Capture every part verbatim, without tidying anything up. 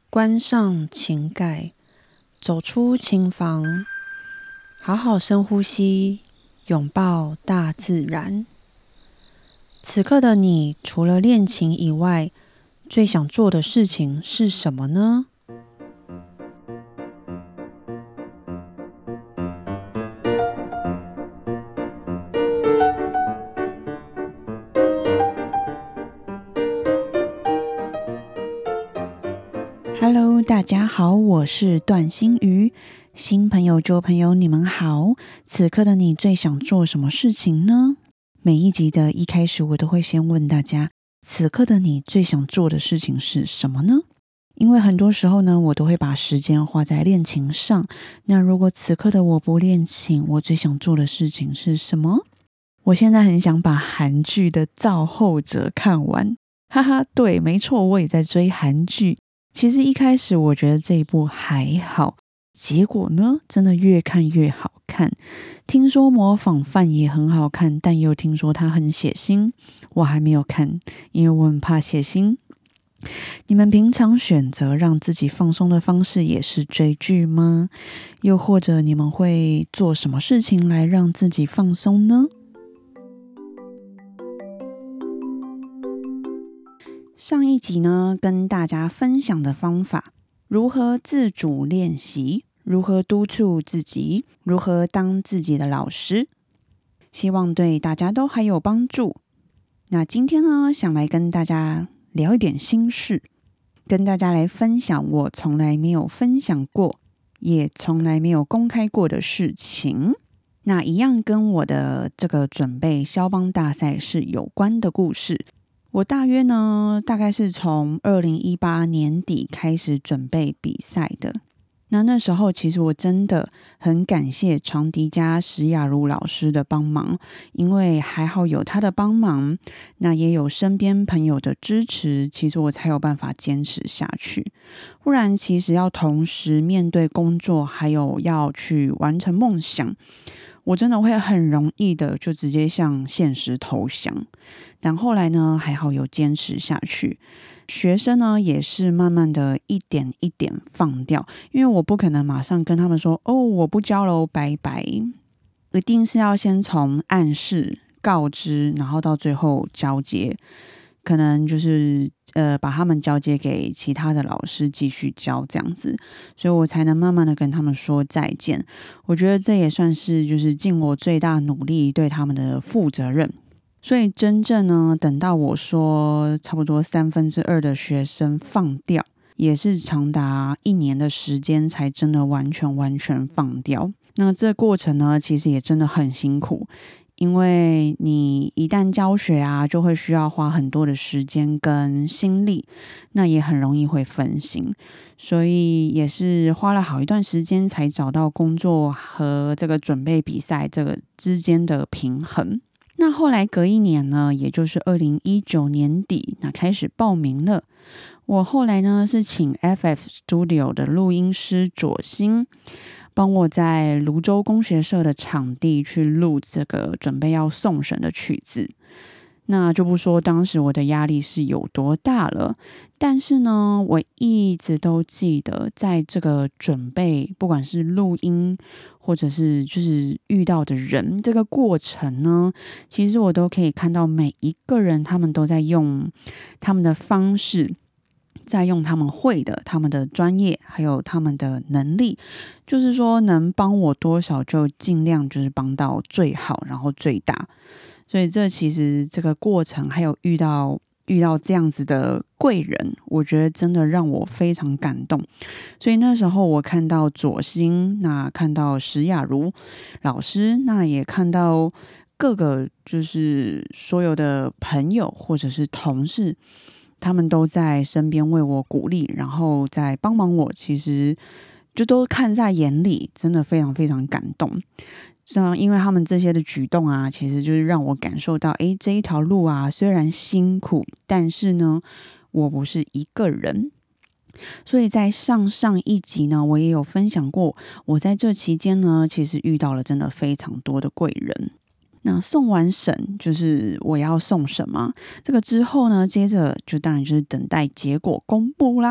关上情盖，走出琴房，好好深呼吸，拥抱大自然。此刻的你，除了练琴以外，最想做的事情是什么呢？Hello， 大家好，我是段心瑜。新朋友旧朋友你们好，此刻的你最想做什么事情呢？每一集的一开始我都会先问大家，此刻的你最想做的事情是什么呢？因为很多时候呢，我都会把时间花在练琴上。那如果此刻的我不练琴，我最想做的事情是什么？我现在很想把韩剧的《造后者》看完。哈哈，对，没错，我也在追韩剧。其实一开始我觉得这一部还好，结果呢，真的越看越好看。听说模仿犯也很好看，但又听说它很血腥，我还没有看，因为我很怕血腥。你们平常选择让自己放松的方式也是追剧吗？又或者你们会做什么事情来让自己放松呢？上一集呢，跟大家分享的方法，如何自主练习，如何督促自己，如何当自己的老师，希望对大家都还有帮助。那今天呢，想来跟大家聊一点心事，跟大家来分享我从来没有分享过，也从来没有公开过的事情。那一样跟我的这个准备肖邦大赛是有关的故事。我大约呢，大概是从二零一八年底开始准备比赛的。那那时候其实我真的很感谢长笛家石雅茹老师的帮忙，因为还好有他的帮忙，那也有身边朋友的支持，其实我才有办法坚持下去。不然其实要同时面对工作，还有要去完成梦想，我真的会很容易的就直接向现实投降。但后来呢，还好有坚持下去。学生呢，也是慢慢的一点一点放掉，因为我不可能马上跟他们说，哦，我不教了，拜拜。一定是要先从暗示、告知，然后到最后交接，可能就是呃把他们交接给其他的老师继续教这样子，所以我才能慢慢的跟他们说再见。我觉得这也算是就是尽我最大努力对他们的负责任。所以真正呢，等到我说差不多三分之二的学生放掉，也是长达一年的时间才真的完全完全放掉。那这过程呢，其实也真的很辛苦，因为你一旦教学啊，就会需要花很多的时间跟心力，那也很容易会分心，所以也是花了好一段时间才找到工作和这个准备比赛这个之间的平衡。那后来隔一年呢，也就是二零一九年底，那开始报名了。我后来呢是请 F F Studio 的录音师左心，帮我在泸州工学社的场地去录这个准备要送审的曲子。那就不说当时我的压力是有多大了，但是呢，我一直都记得在这个准备，不管是录音或者是就是遇到的人，这个过程呢，其实我都可以看到每一个人他们都在用他们的方式，在用他们会的，他们的专业，还有他们的能力，就是说能帮我多少就尽量就是帮到最好，然后最大。所以这其实这个过程还有遇到遇到这样子的贵人，我觉得真的让我非常感动。所以那时候我看到左心，那看到石雅茹老师，那也看到各个就是所有的朋友或者是同事，他们都在身边为我鼓励，然后在帮忙我，其实就都看在眼里，真的非常非常感动。像因为他们这些的举动啊，其实就是让我感受到，诶，这一条路啊，虽然辛苦，但是呢，我不是一个人。所以在上上一集呢，我也有分享过，我在这期间呢，其实遇到了真的非常多的贵人。那送完审，就是我要送审嘛，这个之后呢，接着就当然就是等待结果公布啦。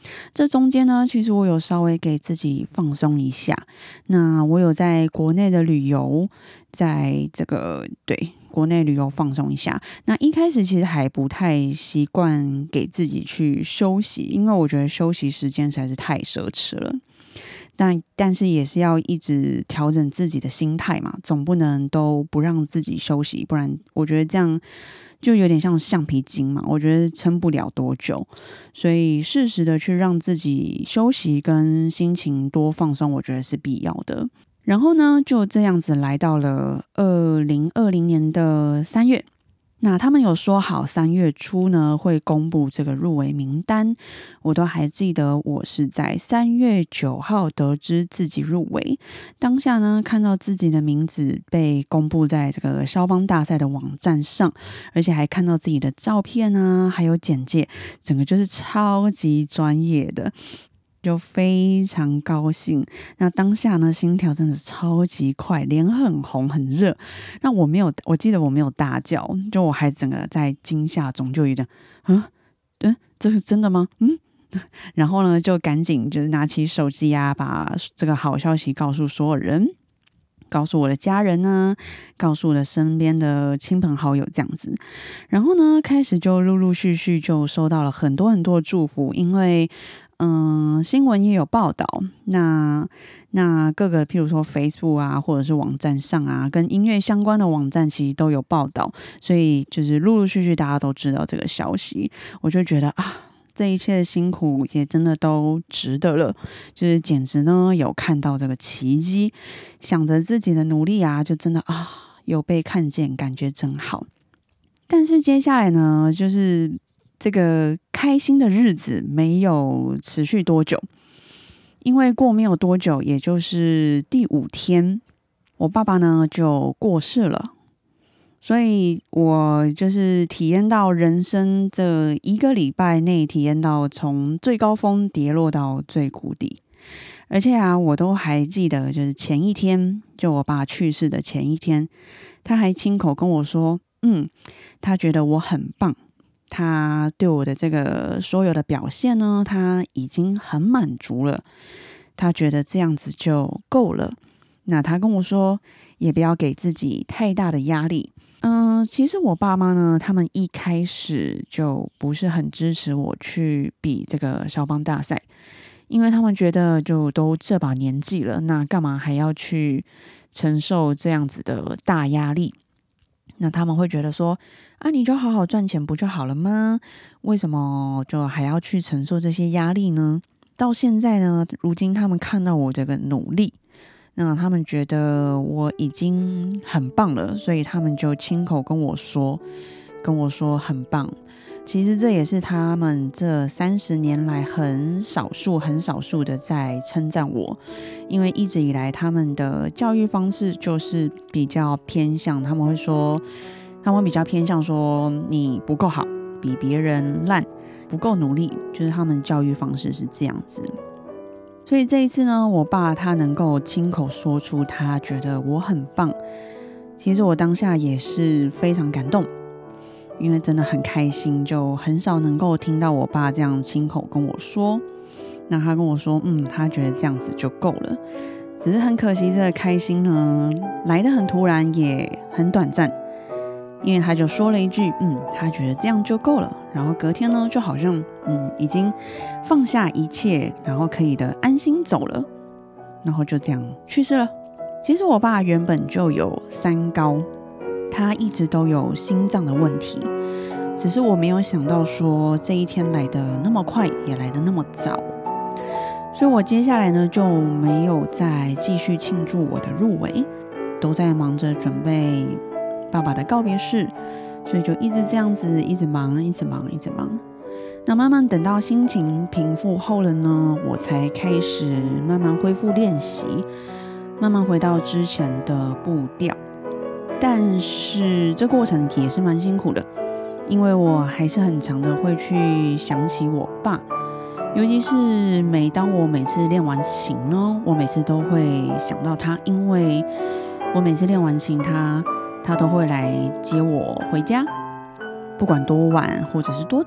这中间呢，其实我有稍微给自己放松一下。那我有在国内的旅游，在这个对国内旅游放松一下。那一开始其实还不太习惯给自己去休息，因为我觉得休息时间实在是太奢侈了。但但是也是要一直调整自己的心态嘛，总不能都不让自己休息，不然我觉得这样就有点像橡皮筋嘛，我觉得撑不了多久。所以适时的去让自己休息跟心情多放松，我觉得是必要的。然后呢，就这样子来到了二零二零年的三月。那他们有说好三月初呢会公布这个入围名单，我都还记得我是在三月九号得知自己入围，当下呢看到自己的名字被公布在这个肖邦大赛的网站上，而且还看到自己的照片啊，还有简介，整个就是超级专业的。就非常高兴，那当下呢，心跳真的超级快，脸很红很热。那我没有，我记得我没有大叫，就我还整个在惊吓中，就有点，嗯嗯，这是真的吗？嗯，然后呢，就赶紧就是拿起手机啊，把这个好消息告诉所有人，告诉我的家人呢，告诉我的身边的亲朋好友这样子。然后呢，开始就陆陆续续就收到了很多很多的祝福，因为。嗯，新闻也有报道，那那各个譬如说 Facebook 啊，或者是网站上啊，跟音乐相关的网站其实都有报道，所以就是陆陆续续大家都知道这个消息，我就觉得啊，这一切的辛苦也真的都值得了，就是简直呢有看到这个奇迹，想着自己的努力啊，就真的啊有被看见，感觉真好。但是接下来呢，就是这个开心的日子没有持续多久，因为过没有多久，也就是第五天，我爸爸呢就过世了。所以我就是体验到人生这一个礼拜内，体验到从最高峰跌落到最谷底。而且啊，我都还记得，就是前一天，就我爸去世的前一天，他还亲口跟我说，嗯，他觉得我很棒。他对我的这个所有的表现呢，他已经很满足了，他觉得这样子就够了。那他跟我说，也不要给自己太大的压力。嗯、呃，其实我爸妈呢，他们一开始就不是很支持我去比这个肖邦大赛，因为他们觉得就都这把年纪了，那干嘛还要去承受这样子的大压力？那他们会觉得说，啊，你就好好赚钱不就好了吗？为什么就还要去承受这些压力呢？到现在呢，如今他们看到我这个努力，那他们觉得我已经很棒了，所以他们就亲口跟我说，跟我说很棒。其实这也是他们这三十年来很少数、很少数的在称赞我，因为一直以来他们的教育方式就是比较偏向，他们会说，他们比较偏向说你不够好，比别人烂，不够努力，就是他们教育方式是这样子。所以这一次呢，我爸他能够亲口说出他觉得我很棒，其实我当下也是非常感动。因为真的很开心，就很少能够听到我爸这样亲口跟我说。那他跟我说，嗯，他觉得这样子就够了。只是很可惜，这个开心呢，来得很突然，也很短暂。因为他就说了一句，嗯，他觉得这样就够了。然后隔天呢，就好像，嗯，已经放下一切，然后可以的安心走了。然后就这样去世了。其实我爸原本就有三高。他一直都有心脏的问题，只是我没有想到说这一天来得那么快，也来得那么早，所以我接下来呢就没有再继续庆祝我的入围，都在忙着准备爸爸的告别式，所以就一直这样子，一直忙，一直忙，一直忙。那慢慢等到心情平复后了呢，我才开始慢慢恢复练习，慢慢回到之前的步调。但是这过程也是蛮辛苦的，因为我还是很常的会去想起我爸，尤其是每当我每次练完琴呢，我每次都会想到他，因为我每次练完琴他他都会来接我回家，不管多晚或者是多早，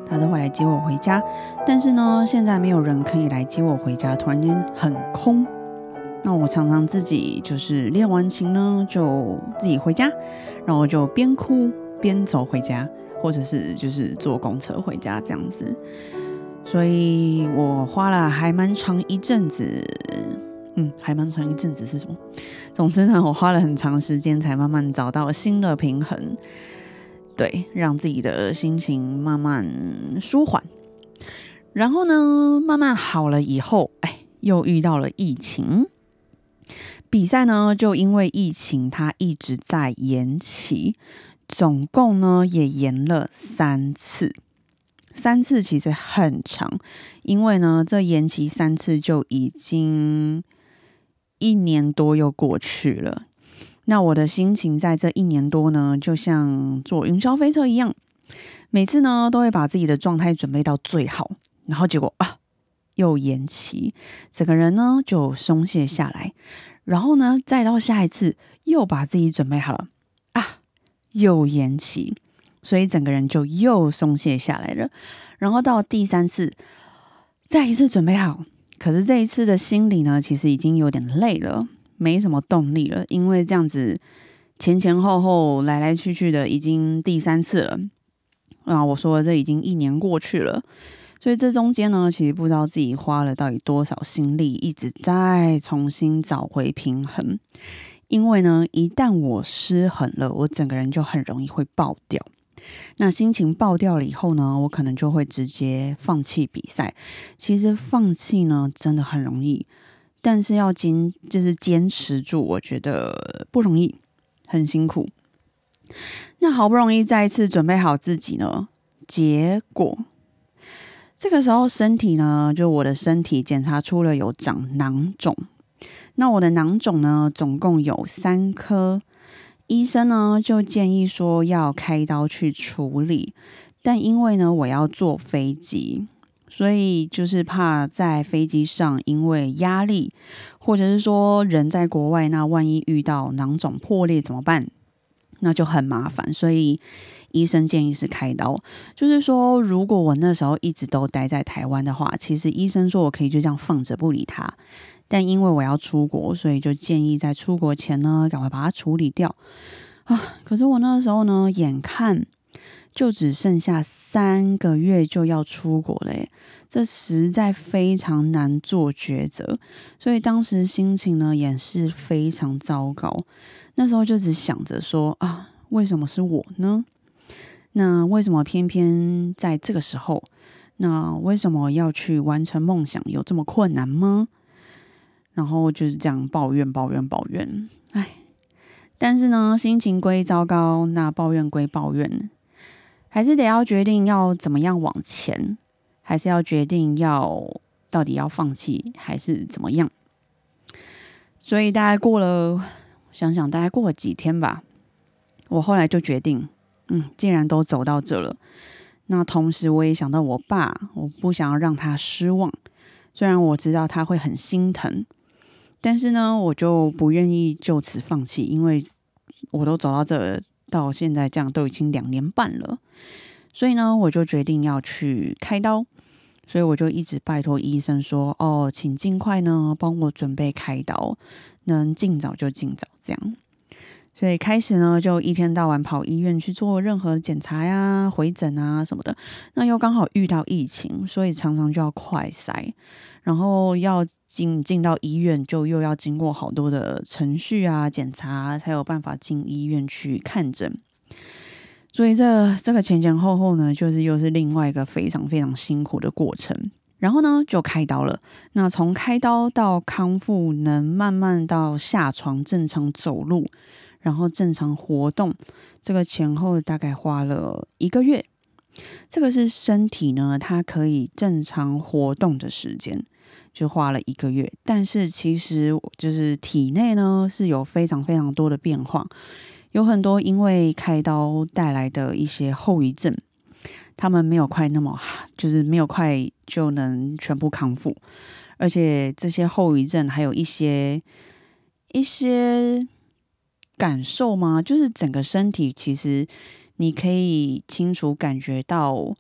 他都会来接我回家。但是呢，现在没有人可以来接我回家，突然间很空。那我常常自己就是练完琴呢，就自己回家，然后就边哭边走回家，或者是就是坐公车回家这样子。所以我花了还蛮长一阵子，嗯，还蛮长一阵子是什么？总之呢，我花了很长时间才慢慢找到新的平衡，对，让自己的心情慢慢舒缓。然后呢，慢慢好了以后，哎，又遇到了疫情。比赛呢，就因为疫情，它一直在延期，总共呢也延了三次。三次其实很长，因为呢，这延期三次就已经一年多又过去了。那我的心情在这一年多呢，就像坐云霄飞车一样，每次呢都会把自己的状态准备到最好，然后结果啊又延期，整个人呢就松懈下来，然后呢再到下一次又把自己准备好了啊，又延期。所以整个人就又松懈下来了，然后到第三次，再一次准备好，可是这一次的心里呢，其实已经有点累了，没什么动力了，因为这样子前前后后来来去去的已经第三次了啊！我说这已经一年过去了，所以这中间呢，其实不知道自己花了到底多少心力，一直在重新找回平衡。因为呢，一旦我失衡了，我整个人就很容易会爆掉。那心情爆掉了以后呢，我可能就会直接放弃比赛。其实放弃呢，真的很容易，但是要坚就是坚持住，我觉得不容易，很辛苦。那好不容易再一次准备好自己呢，结果这个时候身体呢，就我的身体检查出了有长囊肿。那我的囊肿呢，总共有三颗。医生呢就建议说要开刀去处理，但因为呢我要坐飞机，所以就是怕在飞机上因为压力，或者是说人在国外，那万一遇到囊肿破裂怎么办？那就很麻烦，所以医生建议是开刀。就是说，如果我那时候一直都待在台湾的话，其实医生说我可以就这样放着不理他。但因为我要出国，所以就建议在出国前呢，赶快把它处理掉啊！可是我那时候呢，眼看就只剩下三个月就要出国了耶，这实在非常难做抉择，所以当时心情呢也是非常糟糕。那时候就只想着说啊，为什么是我呢？那为什么偏偏在这个时候？那为什么要去完成梦想有这么困难吗？然后就是这样抱怨抱怨抱怨，哎，但是呢，心情归糟糕，那抱怨归抱怨，还是得要决定要怎么样往前，还是要决定要到底要放弃还是怎么样。所以大概过了，想想大概过了几天吧，我后来就决定，嗯，既然都走到这了，那同时我也想到我爸，我不想要让他失望，虽然我知道他会很心疼。但是呢，我就不愿意就此放弃，因为我都走到这到现在这样都已经两年半了，所以呢，我就决定要去开刀，所以我就一直拜托医生说，哦，请尽快呢帮我准备开刀，能尽早就尽早这样。所以开始呢，就一天到晚跑医院去做任何检查呀、回诊啊什么的。那又刚好遇到疫情，所以常常就要快筛，然后要进进到医院，就又要经过好多的程序啊、检查，才有办法进医院去看诊。所以这这个前前后后呢，就是又是另外一个非常非常辛苦的过程。然后呢，就开刀了。那从开刀到康复，能慢慢到下床正常走路，然后正常活动，这个前后大概花了一个月。这个是身体呢，它可以正常活动的时间，就花了一个月。但是其实就是体内呢是有非常非常多的变化，有很多因为开刀带来的一些后遗症，他们没有快那么就是没有快就能全部康复，而且这些后遗症还有一些一些感受吗？就是整个身体其实你可以清楚感觉到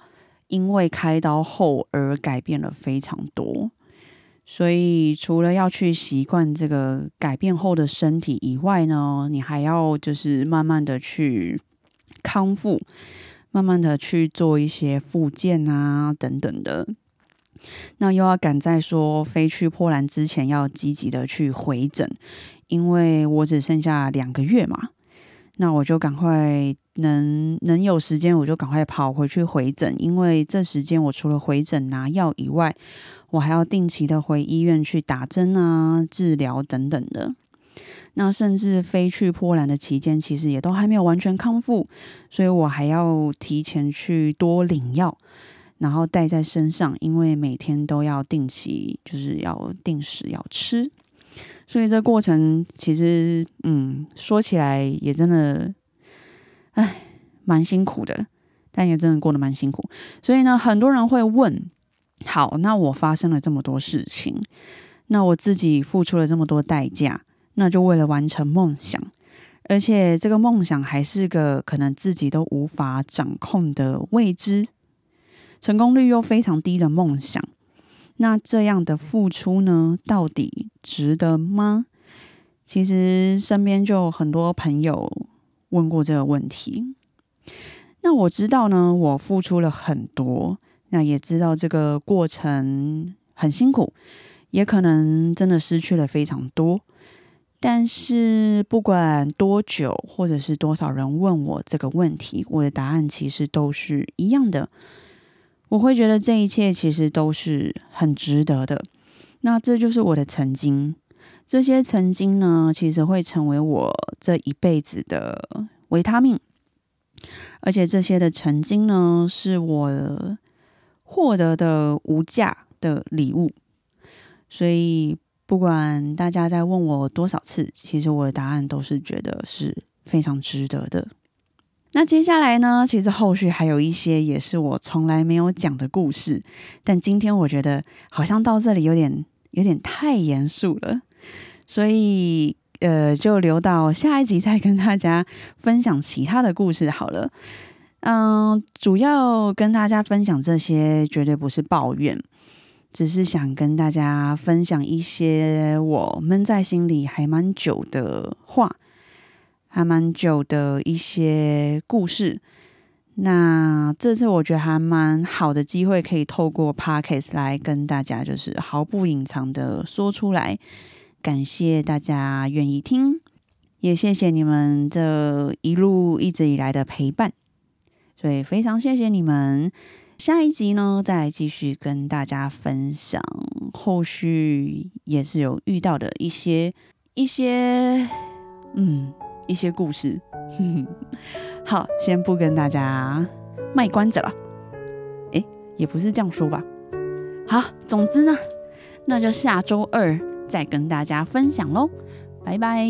因为开刀后而改变了非常多。所以除了要去习惯这个改变后的身体以外呢，你还要就是慢慢的去康复，慢慢的去做一些复健啊等等的。那又要赶在说飞去波兰之前要积极的去回诊，因为我只剩下两个月嘛，那我就赶快能能有时间我就赶快跑回去回诊，因为这时间我除了回诊拿药以外，我还要定期的回医院去打针啊、治疗等等的。那甚至飞去波兰的期间，其实也都还没有完全康复，所以我还要提前去多领药，然后带在身上，因为每天都要定期，就是要定时要吃。所以这过程其实，嗯，说起来也真的，唉，蛮辛苦的，但也真的过得蛮辛苦。所以呢，很多人会问，好，那我发生了这么多事情，那我自己付出了这么多代价，那就为了完成梦想，而且这个梦想还是个可能自己都无法掌控的未知，成功率又非常低的梦想。那这样的付出呢，到底值得吗？其实身边就有很多朋友问过这个问题。那我知道呢，我付出了很多，那也知道这个过程很辛苦，也可能真的失去了非常多。但是不管多久，或者是多少人问我这个问题，我的答案其实都是一样的。我会觉得这一切其实都是很值得的。那这就是我的曾经，这些曾经呢，其实会成为我这一辈子的维他命。而且这些的曾经呢，是我获得的无价的礼物。所以不管大家在问我多少次，其实我的答案都是觉得是非常值得的。那接下来呢，其实后续还有一些也是我从来没有讲的故事，但今天我觉得好像到这里有点有点太严肃了，所以呃，就留到下一集再跟大家分享其他的故事好了。嗯，主要跟大家分享这些绝对不是抱怨，只是想跟大家分享一些我闷在心里还蛮久的话，还蛮久的一些故事。那这次我觉得还蛮好的机会，可以透过 Podcast 来跟大家就是毫不隐藏的说出来。感谢大家愿意听，也谢谢你们这一路一直以来的陪伴，所以非常谢谢你们。下一集呢，再继续跟大家分享后续也是有遇到的一些一些嗯一些故事。好，先不跟大家卖关子了。诶，也不是这样说吧。好，总之呢，那就下周二再跟大家分享咯。拜拜。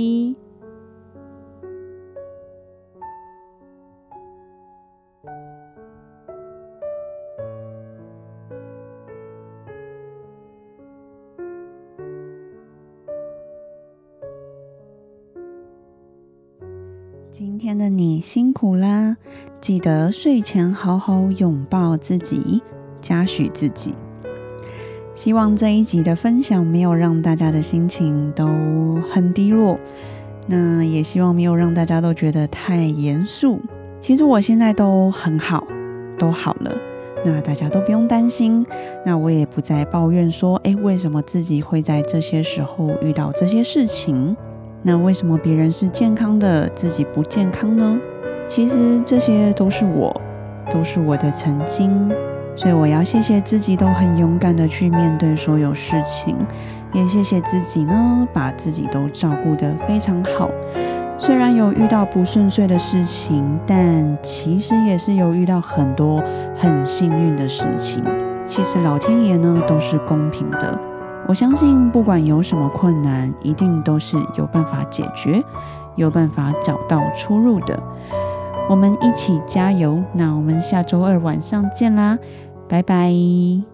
今天的你辛苦啦，记得睡前好好拥抱自己，嘉许自己。希望这一集的分享没有让大家的心情都很低落，那也希望没有让大家都觉得太严肃。其实我现在都很好，都好了，那大家都不用担心。那我也不再抱怨说，诶，为什么自己会在这些时候遇到这些事情？那为什么别人是健康的，自己不健康呢？其实这些都是我，都是我的曾经，所以我要谢谢自己都很勇敢的去面对所有事情，也谢谢自己呢，把自己都照顾得非常好。虽然有遇到不顺遂的事情，但其实也是有遇到很多很幸运的事情。其实老天爷呢都是公平的，我相信不管有什么困难，一定都是有办法解决，有办法找到出路的。我们一起加油，那我们下周二晚上见啦，拜拜。